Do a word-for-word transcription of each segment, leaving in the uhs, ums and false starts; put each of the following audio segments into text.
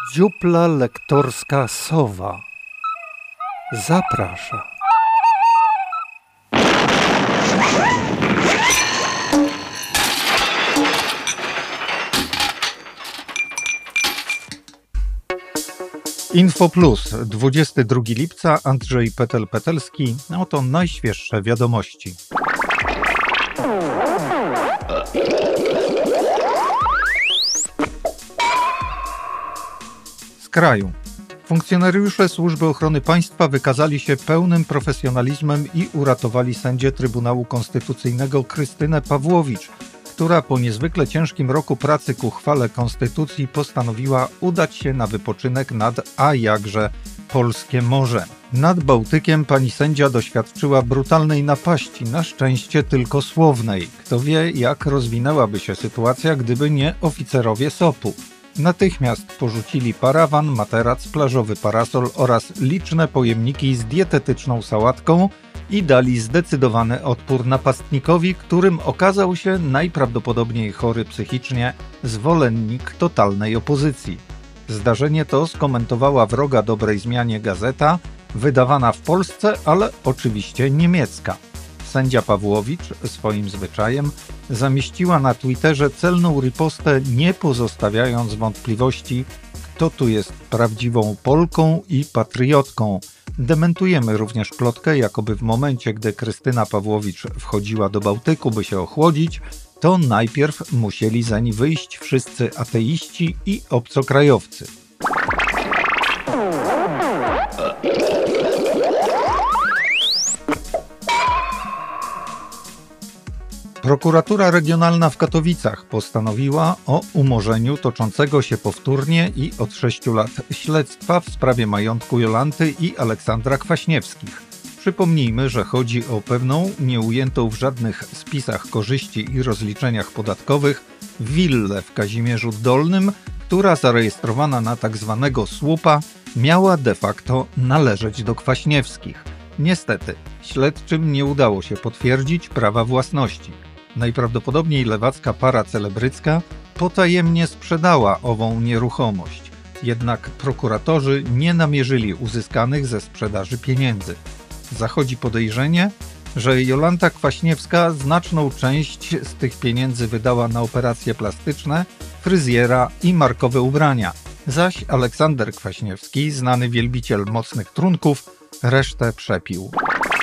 Dziupla lektorska Sowa zaprasza. Info Plus, dwudziestego drugiego lipca, Andrzej Petel-Petelski. Oto najświeższe wiadomości. Z kraju. Funkcjonariusze Służby Ochrony Państwa wykazali się pełnym profesjonalizmem i uratowali sędzię Trybunału Konstytucyjnego Krystynę Pawłowicz, która po niezwykle ciężkim roku pracy ku chwale Konstytucji postanowiła udać się na wypoczynek nad, a jakże, polskie morze. Nad Bałtykiem pani sędzia doświadczyła brutalnej napaści, na szczęście tylko słownej. Kto wie, jak rozwinęłaby się sytuacja, gdyby nie oficerowie S O P-u. Natychmiast porzucili parawan, materac, plażowy parasol oraz liczne pojemniki z dietetyczną sałatką i dali zdecydowany odpór napastnikowi, którym okazał się najprawdopodobniej chory psychicznie zwolennik totalnej opozycji. Zdarzenie to skomentowała wroga dobrej zmianie gazeta, wydawana w Polsce, ale oczywiście niemiecka. Sędzia Pawłowicz swoim zwyczajem zamieściła na Twitterze celną ripostę, nie pozostawiając wątpliwości, kto tu jest prawdziwą Polką i patriotką. Dementujemy również plotkę, jakoby w momencie, gdy Krystyna Pawłowicz wchodziła do Bałtyku, by się ochłodzić, to najpierw musieli zeń wyjść wszyscy ateiści i obcokrajowcy. Prokuratura Regionalna w Katowicach postanowiła o umorzeniu toczącego się powtórnie i od sześciu lat śledztwa w sprawie majątku Jolanty i Aleksandra Kwaśniewskich. Przypomnijmy, że chodzi o pewną, nieujętą w żadnych spisach korzyści i rozliczeniach podatkowych, willę w Kazimierzu Dolnym, która zarejestrowana na tzw. słupa miała de facto należeć do Kwaśniewskich. Niestety, śledczym nie udało się potwierdzić prawa własności. Najprawdopodobniej lewacka para celebrycka potajemnie sprzedała ową nieruchomość. Jednak prokuratorzy nie namierzyli uzyskanych ze sprzedaży pieniędzy. Zachodzi podejrzenie, że Jolanta Kwaśniewska znaczną część z tych pieniędzy wydała na operacje plastyczne, fryzjera i markowe ubrania, zaś Aleksander Kwaśniewski, znany wielbiciel mocnych trunków, resztę przepił.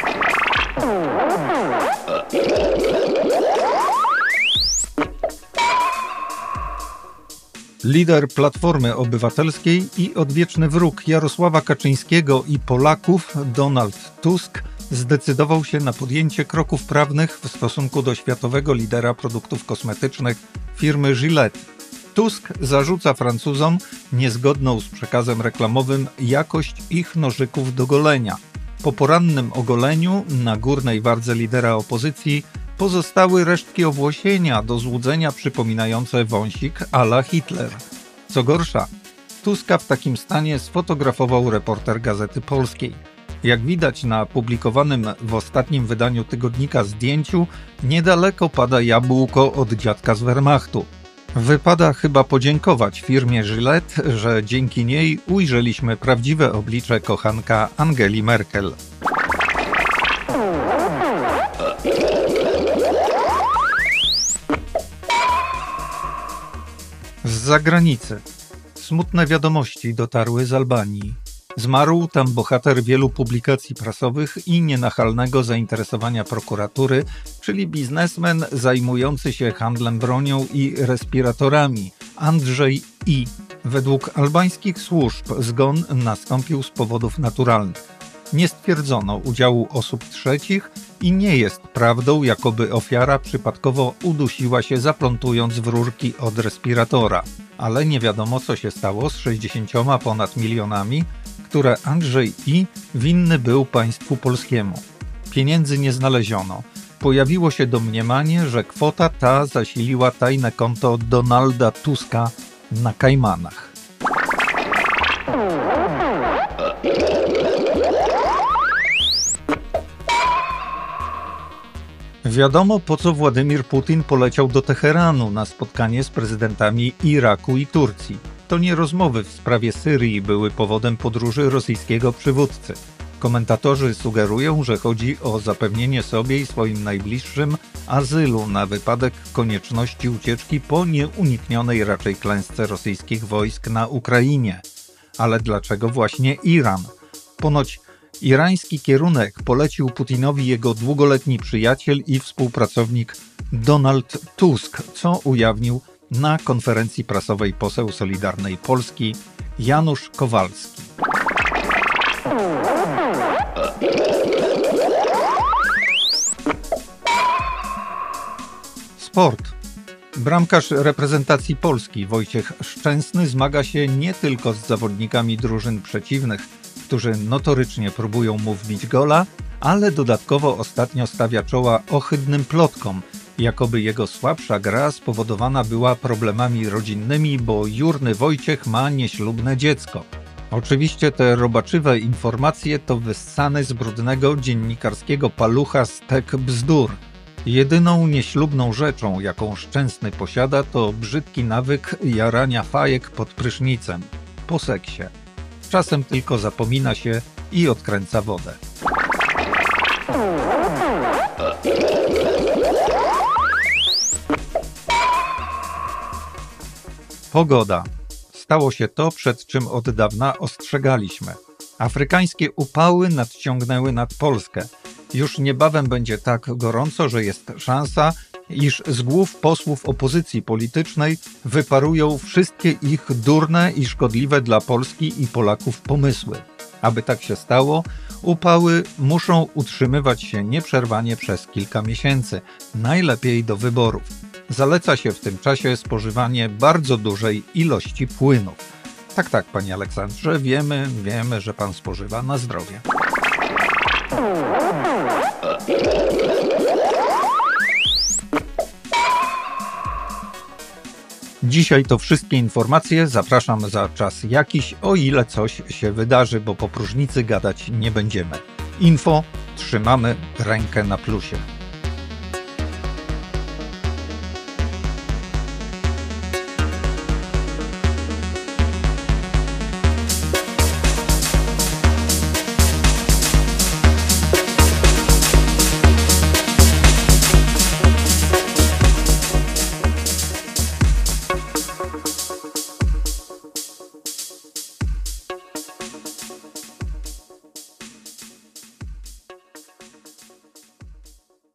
Lider Platformy Obywatelskiej i odwieczny wróg Jarosława Kaczyńskiego i Polaków, Donald Tusk, zdecydował się na podjęcie kroków prawnych w stosunku do światowego lidera produktów kosmetycznych firmy Gillette. Tusk zarzuca Francuzom niezgodną z przekazem reklamowym jakość ich nożyków do golenia. Po porannym ogoleniu na górnej wardze lidera opozycji pozostały resztki owłosienia do złudzenia przypominające wąsik à la Hitler. Co gorsza, Tuska w takim stanie sfotografował reporter Gazety Polskiej. Jak widać na publikowanym w ostatnim wydaniu tygodnika zdjęciu, niedaleko pada jabłko od dziadka z Wehrmachtu. Wypada chyba podziękować firmie Gillette, że dzięki niej ujrzeliśmy prawdziwe oblicze kochanka Angeli Merkel. Z zagranicy. Smutne wiadomości dotarły z Albanii. Zmarł tam bohater wielu publikacji prasowych i nienachalnego zainteresowania prokuratury, czyli biznesmen zajmujący się handlem bronią i respiratorami, Andrzej I. Według albańskich służb zgon nastąpił z powodów naturalnych. Nie stwierdzono udziału osób trzecich i nie jest prawdą, jakoby ofiara przypadkowo udusiła się zaplątując w rurki od respiratora. Ale nie wiadomo, co się stało z sześćdziesięcioma ponad milionami, które Andrzej I. winny był państwu polskiemu. Pieniędzy nie znaleziono. Pojawiło się domniemanie, że kwota ta zasiliła tajne konto Donalda Tuska na Kajmanach. Wiadomo, po co Władimir Putin poleciał do Teheranu na spotkanie z prezydentami Iraku i Turcji. To nie rozmowy w sprawie Syrii były powodem podróży rosyjskiego przywódcy. Komentatorzy sugerują, że chodzi o zapewnienie sobie i swoim najbliższym azylu na wypadek konieczności ucieczki po nieuniknionej raczej klęsce rosyjskich wojsk na Ukrainie. Ale dlaczego właśnie Iran? Ponoć irański kierunek polecił Putinowi jego długoletni przyjaciel i współpracownik Donald Tusk, co ujawnił na konferencji prasowej poseł Solidarnej Polski Janusz Kowalski. Sport. Bramkarz reprezentacji Polski Wojciech Szczęsny zmaga się nie tylko z zawodnikami drużyn przeciwnych, którzy notorycznie próbują mu wbić gola, ale dodatkowo ostatnio stawia czoła ohydnym plotkom, jakoby jego słabsza gra spowodowana była problemami rodzinnymi, bo jurny Wojciech ma nieślubne dziecko. Oczywiście te robaczywe informacje to wyssany z brudnego dziennikarskiego palucha stek bzdur. Jedyną nieślubną rzeczą, jaką Szczęsny posiada, to brzydki nawyk jarania fajek pod prysznicem, po seksie. Czasem tylko zapomina się i odkręca wodę. Pogoda. Stało się to, przed czym od dawna ostrzegaliśmy. Afrykańskie upały nadciągnęły nad Polskę. Już niebawem będzie tak gorąco, że jest szansa, iż z głów posłów opozycji politycznej wyparują wszystkie ich durne i szkodliwe dla Polski i Polaków pomysły. Aby tak się stało, upały muszą utrzymywać się nieprzerwanie przez kilka miesięcy, najlepiej do wyborów. Zaleca się w tym czasie spożywanie bardzo dużej ilości płynów. Tak, tak, panie Aleksandrze, wiemy, wiemy, że pan spożywa na zdrowie. Dzisiaj to wszystkie informacje. Zapraszam za czas jakiś, o ile coś się wydarzy, bo po próżnicy gadać nie będziemy. Info, trzymamy rękę na plusie.